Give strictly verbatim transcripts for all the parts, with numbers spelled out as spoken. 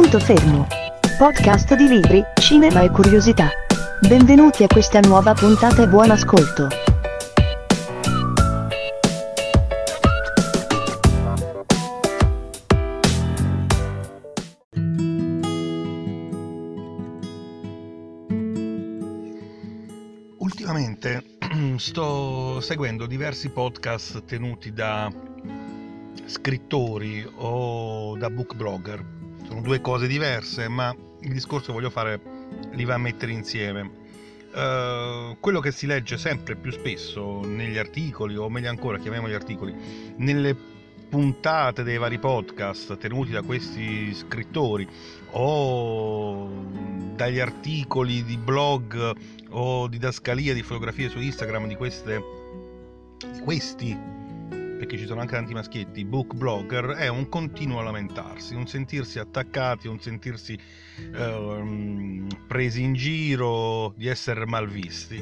Punto fermo. Podcast di libri, cinema e curiosità. Benvenuti a questa nuova puntata e buon ascolto. Ultimamente sto seguendo diversi podcast tenuti da scrittori o da book blogger. Sono due cose diverse, ma il discorso che voglio fare li va a mettere insieme. Uh, quello che si legge sempre più spesso negli articoli, o meglio ancora, chiamiamoli articoli, nelle puntate dei vari podcast tenuti da questi scrittori o dagli articoli di blog o didascalia di fotografie su Instagram di queste di questi, perché ci sono anche tanti maschietti, book blogger, è un continuo lamentarsi, un sentirsi attaccati, un sentirsi eh, presi in giro, di essere malvisti.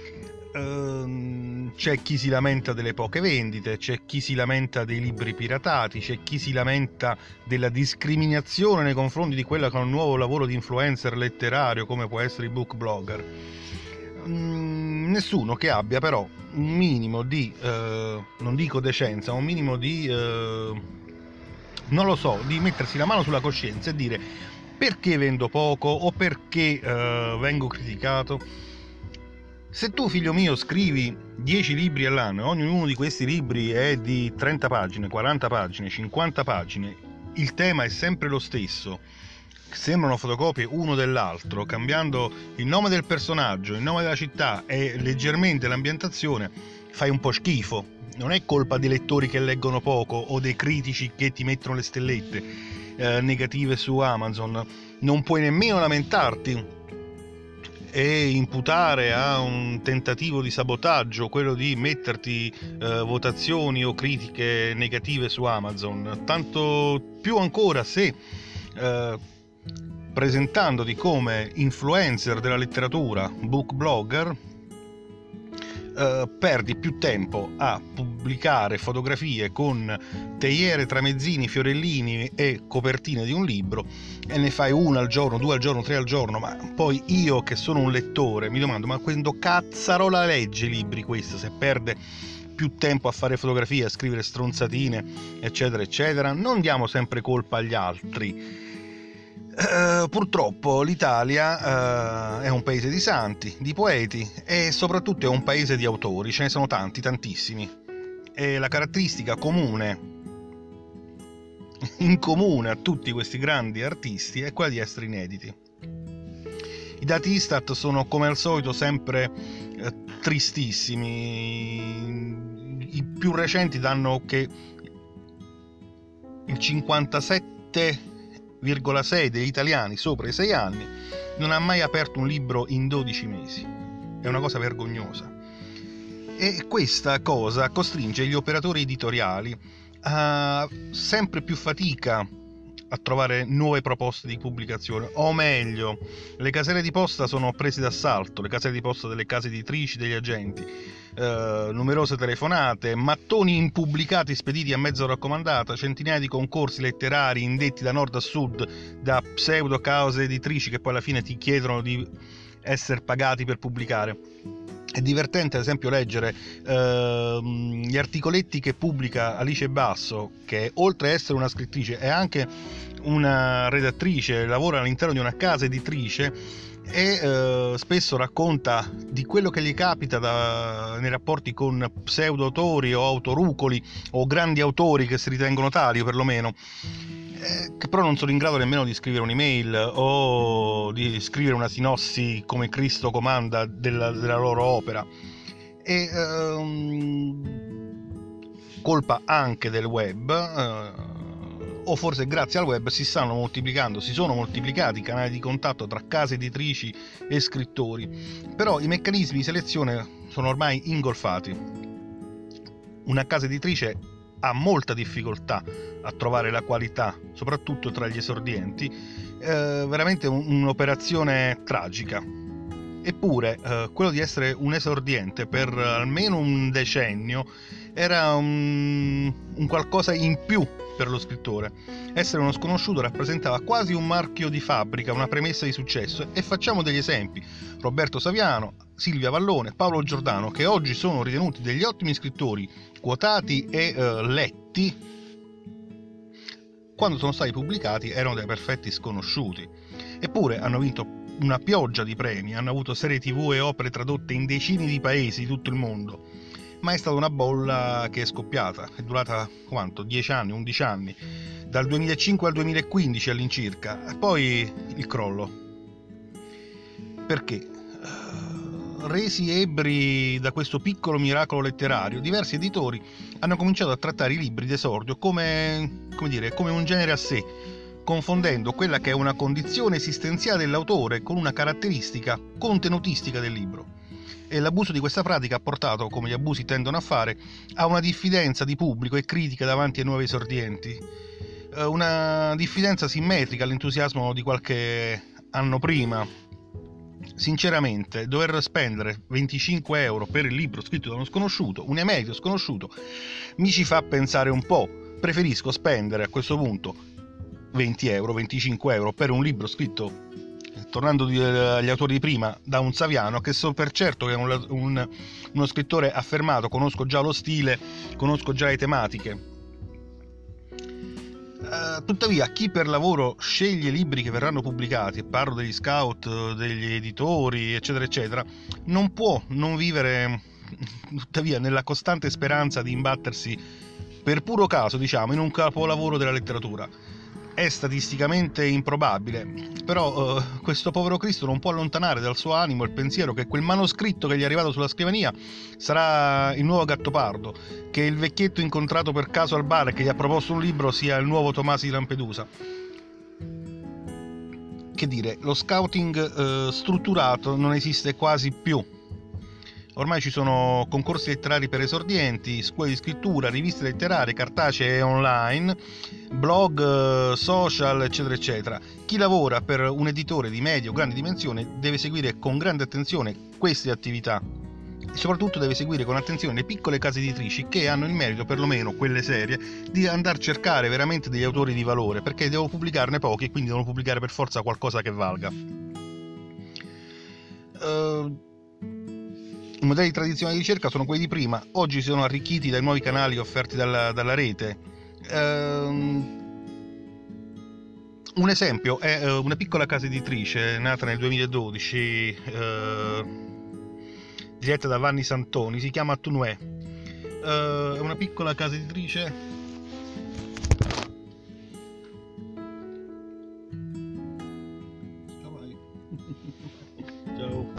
Uh, c'è chi si lamenta delle poche vendite, c'è chi si lamenta dei libri piratati, c'è chi si lamenta della discriminazione nei confronti di quella che è un nuovo lavoro di influencer letterario come può essere il book blogger. Mm, nessuno che abbia però un minimo di uh, non dico decenza, un minimo di uh, non lo so, di mettersi la mano sulla coscienza e dire: perché vendo poco o perché uh, vengo criticato? Se tu, figlio mio, scrivi dieci libri all'anno, ognuno di questi libri è di trenta pagine, quaranta pagine, cinquanta pagine, il tema è sempre lo stesso, sembrano fotocopie uno dell'altro, cambiando il nome del personaggio, il nome della città e leggermente l'ambientazione, fai un po' schifo. Non è colpa dei lettori che leggono poco o dei critici che ti mettono le stellette eh, negative su Amazon. Non puoi nemmeno lamentarti e imputare a un tentativo di sabotaggio quello di metterti eh, votazioni o critiche negative su Amazon, tanto più ancora se eh, presentandoti come influencer della letteratura, book blogger, Uh, perdi più tempo a pubblicare fotografie con teiere, tramezzini, fiorellini e copertine di un libro e ne fai una al giorno, due al giorno, tre al giorno. Ma poi io che sono un lettore mi domando: ma quando cazzarola legge i libri questo, se perde più tempo a fare fotografie, a scrivere stronzatine eccetera eccetera? Non diamo sempre colpa agli altri. Uh, purtroppo l'Italia uh, è un paese di santi, di poeti e soprattutto è un paese di autori, ce ne sono tanti, tantissimi, e la caratteristica comune, in comune a tutti questi grandi artisti, è quella di essere inediti. I dati Istat sono come al solito sempre uh, tristissimi. I più recenti danno che il cinquantasette virgola sei degli italiani sopra i sei anni non ha mai aperto un libro in dodici mesi. È una cosa vergognosa, e questa cosa costringe gli operatori editoriali a sempre più fatica a trovare nuove proposte di pubblicazione, o meglio, le caselle di posta sono prese d'assalto, le caselle di posta delle case editrici, degli agenti, eh, numerose telefonate, mattoni impubblicati spediti a mezzo raccomandata, centinaia di concorsi letterari indetti da nord a sud da pseudo case editrici che poi alla fine ti chiedono di essere pagati per pubblicare. È divertente ad esempio leggere uh, gli articoletti che pubblica Alice Basso, che oltre a essere una scrittrice è anche una redattrice, lavora all'interno di una casa editrice e uh, spesso racconta di quello che gli capita da, nei rapporti con pseudo autori o autorucoli o grandi autori che si ritengono tali, o perlomeno che però non sono in grado nemmeno di scrivere un'email o di scrivere una sinossi come Cristo comanda della, della loro opera. E um, colpa anche del web, uh, o forse grazie al web si stanno moltiplicando, si sono moltiplicati i canali di contatto tra case editrici e scrittori, però i meccanismi di selezione sono ormai ingolfati. Una casa editrice ha molta difficoltà a trovare la qualità, soprattutto tra gli esordienti, eh, veramente un, un'operazione tragica. Eppure, eh, quello di essere un esordiente per almeno un decennio era un, un qualcosa in più per lo scrittore. Essere uno sconosciuto rappresentava quasi un marchio di fabbrica, una premessa di successo, e facciamo degli esempi: Roberto Saviano, Silvia Vallone, Paolo Giordano, che oggi sono ritenuti degli ottimi scrittori, quotati e uh, letti, quando sono stati pubblicati erano dei perfetti sconosciuti. Eppure hanno vinto una pioggia di premi, hanno avuto serie tv e opere tradotte in decine di paesi di tutto il mondo, ma è stata una bolla che è scoppiata, è durata quanto? dieci anni, undici anni, dal duemilacinque al duemilaquindici all'incirca, e poi il crollo. Perché? Resi ebbri da questo piccolo miracolo letterario, diversi editori hanno cominciato a trattare i libri d'esordio come, come dire, come un genere a sé, confondendo quella che è una condizione esistenziale dell'autore con una caratteristica contenutistica del libro. E l'abuso di questa pratica ha portato, come gli abusi tendono a fare, a una diffidenza di pubblico e critica davanti ai nuovi esordienti, una diffidenza simmetrica all'entusiasmo di qualche anno prima. Sinceramente, dover spendere venticinque euro per il libro scritto da uno sconosciuto, un emerito sconosciuto, mi ci fa pensare un po'. Preferisco spendere a questo punto venti euro, venticinque euro per un libro scritto, tornando agli autori di prima, da un Saviano, che so per certo che è un, un, uno scrittore affermato, conosco già lo stile, conosco già le tematiche. Uh, tuttavia, chi per lavoro sceglie libri che verranno pubblicati, parlo degli scout, degli editori, eccetera, eccetera, non può non vivere, tuttavia, nella costante speranza di imbattersi, per puro caso, diciamo, in un capolavoro della letteratura. È statisticamente improbabile, però uh, questo povero Cristo non può allontanare dal suo animo il pensiero che quel manoscritto che gli è arrivato sulla scrivania sarà il nuovo Gattopardo, che il vecchietto incontrato per caso al bar e che gli ha proposto un libro sia il nuovo Tomasi di Lampedusa. Che dire, lo scouting uh, strutturato non esiste quasi più. Ormai ci sono concorsi letterari per esordienti, scuole di scrittura, riviste letterarie, cartacee e online, blog, social, eccetera, eccetera. Chi lavora per un editore di media o grande dimensione deve seguire con grande attenzione queste attività e soprattutto deve seguire con attenzione le piccole case editrici che hanno il merito, perlomeno quelle serie, di andare a cercare veramente degli autori di valore, perché devono pubblicarne pochi e quindi devono pubblicare per forza qualcosa che valga. Uh, I modelli tradizionali di ricerca sono quelli di prima, oggi sono arricchiti dai nuovi canali offerti dalla, dalla rete. Um, un esempio è uh, una piccola casa editrice nata nel duemiladodici, uh, diretta da Vanni Santoni, si chiama Tunue. Uh, è una piccola casa editrice Ciao.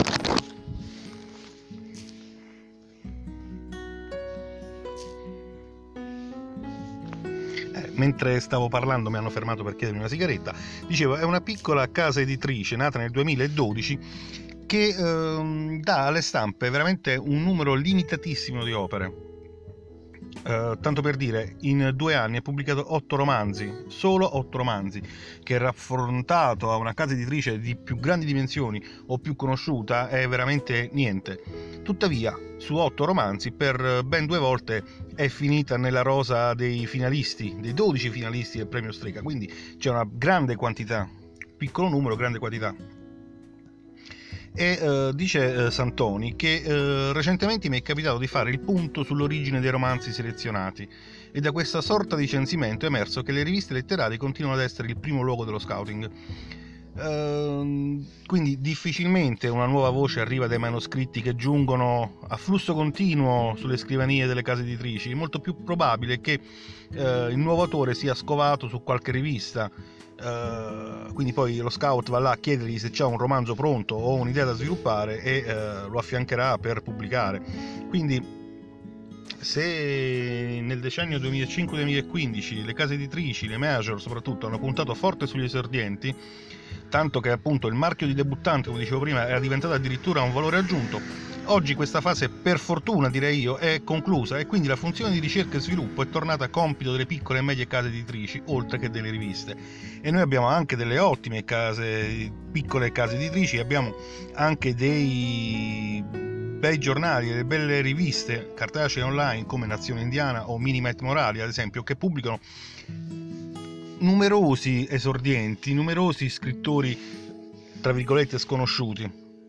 Mentre stavo parlando mi hanno fermato per chiedermi una sigaretta. Dicevo, è una piccola casa editrice nata nel duemiladodici che ehm, dà alle stampe veramente un numero limitatissimo di opere. Uh, tanto per dire, in due anni ha pubblicato otto romanzi, solo otto romanzi, che raffrontato a una casa editrice di più grandi dimensioni o più conosciuta è veramente niente. Tuttavia, su otto romanzi, per ben due volte è finita nella rosa dei finalisti, dei dodici finalisti del premio Strega, quindi c'è una grande quantità, piccolo numero, grande quantità. E uh, dice uh, Santoni che uh, recentemente mi è capitato di fare il punto sull'origine dei romanzi selezionati e da questa sorta di censimento è emerso che le riviste letterarie continuano ad essere il primo luogo dello scouting. Uh, quindi difficilmente una nuova voce arriva dai manoscritti che giungono a flusso continuo sulle scrivanie delle case editrici. È molto più probabile che uh, il nuovo autore sia scovato su qualche rivista. Uh, quindi poi lo scout va là a chiedergli se c'è un romanzo pronto o un'idea da sviluppare e uh, lo affiancherà per pubblicare. Quindi se nel decennio duemilacinque duemilaquindici le case editrici, le major soprattutto, hanno puntato forte sugli esordienti, tanto che appunto il marchio di debuttante, come dicevo prima, era diventato addirittura un valore aggiunto, oggi questa fase, per fortuna direi io, è conclusa e quindi la funzione di ricerca e sviluppo è tornata a compito delle piccole e medie case editrici, oltre che delle riviste. E noi abbiamo anche delle ottime case, piccole case editrici, abbiamo anche dei bei giornali, delle belle riviste cartacee online come Nazione Indiana o Minimet Morali, ad esempio, che pubblicano numerosi esordienti, numerosi scrittori tra virgolette sconosciuti,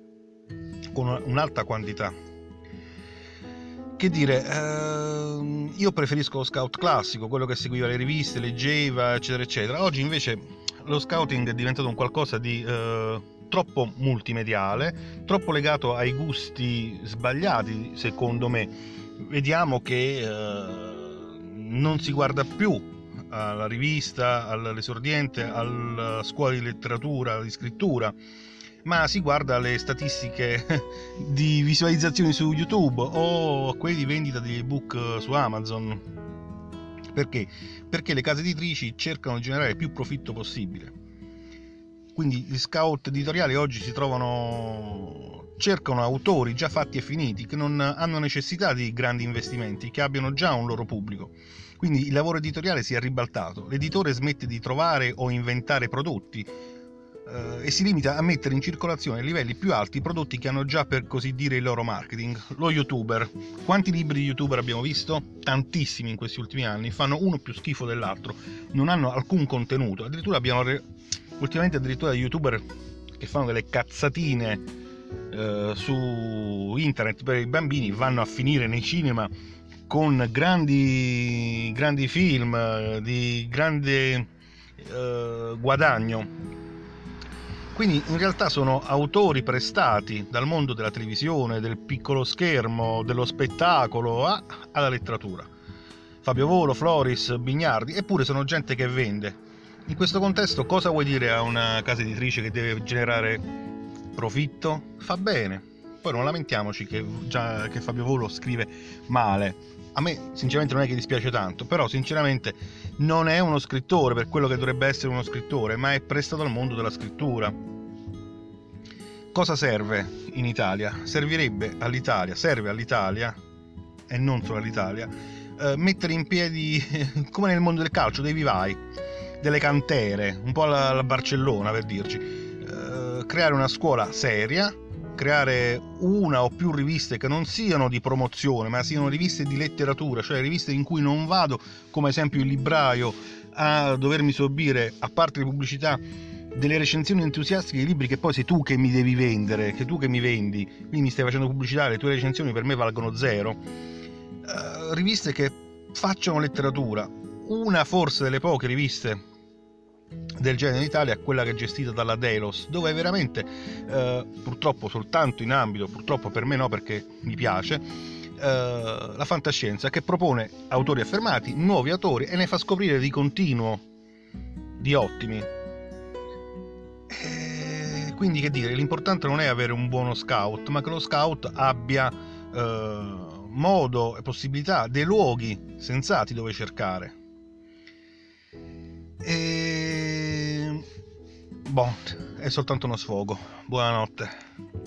con un'alta quantità. Che dire, eh, io preferisco lo scout classico, quello che seguiva le riviste, leggeva, eccetera eccetera. Oggi invece lo scouting è diventato un qualcosa di eh, troppo multimediale, troppo legato ai gusti sbagliati, secondo me. Vediamo che eh, non si guarda più alla rivista, all'esordiente, alla scuola di letteratura, di scrittura, ma si guarda alle statistiche di visualizzazioni su YouTube o a quelle di vendita di ebook su Amazon. Perché? Perché le case editrici cercano di generare più profitto possibile. Quindi gli scout editoriali oggi si trovano, cercano autori già fatti e finiti, che non hanno necessità di grandi investimenti, che abbiano già un loro pubblico. Quindi il lavoro editoriale si è ribaltato, l'editore smette di trovare o inventare prodotti eh, e si limita a mettere in circolazione a livelli più alti i prodotti che hanno già, per così dire, il loro marketing. Lo youtuber, quanti libri di youtuber abbiamo visto? Tantissimi in questi ultimi anni, fanno uno più schifo dell'altro, non hanno alcun contenuto, addirittura abbiamo re... ultimamente addirittura youtuber che fanno delle cazzatine eh, su internet per i bambini, vanno a finire nei cinema con grandi, grandi film di grande eh, guadagno. Quindi in realtà sono autori prestati dal mondo della televisione, del piccolo schermo, dello spettacolo a, alla letteratura. Fabio Volo, Floris, Bignardi, eppure sono gente che vende. In questo contesto cosa vuoi dire a una casa editrice che deve generare profitto? Fa bene. Poi non lamentiamoci che, già, che Fabio Volo scrive male. A me sinceramente non è che dispiace tanto, però sinceramente non è uno scrittore per quello che dovrebbe essere uno scrittore, ma è prestato al mondo della scrittura. Cosa serve in Italia? Servirebbe all'Italia, serve all'Italia, e non solo all'Italia, eh, mettere in piedi, come nel mondo del calcio, dei vivai, delle cantere, un po' alla, alla Barcellona per dirci, eh, creare una scuola seria, creare una o più riviste che non siano di promozione ma siano riviste di letteratura, cioè riviste in cui non vado come esempio il libraio a dovermi sorbire, a parte le pubblicità, delle recensioni entusiastiche di libri che poi sei tu che mi devi vendere, che tu che mi vendi, quindi mi stai facendo pubblicità, le tue recensioni per me valgono zero. Uh, riviste che facciano letteratura, una forse delle poche riviste del genere in Italia è quella che è gestita dalla Delos, dove veramente eh, purtroppo soltanto in ambito, purtroppo per me no perché mi piace, eh, la fantascienza, che propone autori affermati, nuovi autori e ne fa scoprire di continuo di ottimi. E quindi che dire, l'importante non è avere un buono scout, ma che lo scout abbia eh, modo e possibilità, dei luoghi sensati dove cercare. E... boh, è soltanto uno sfogo. Buonanotte.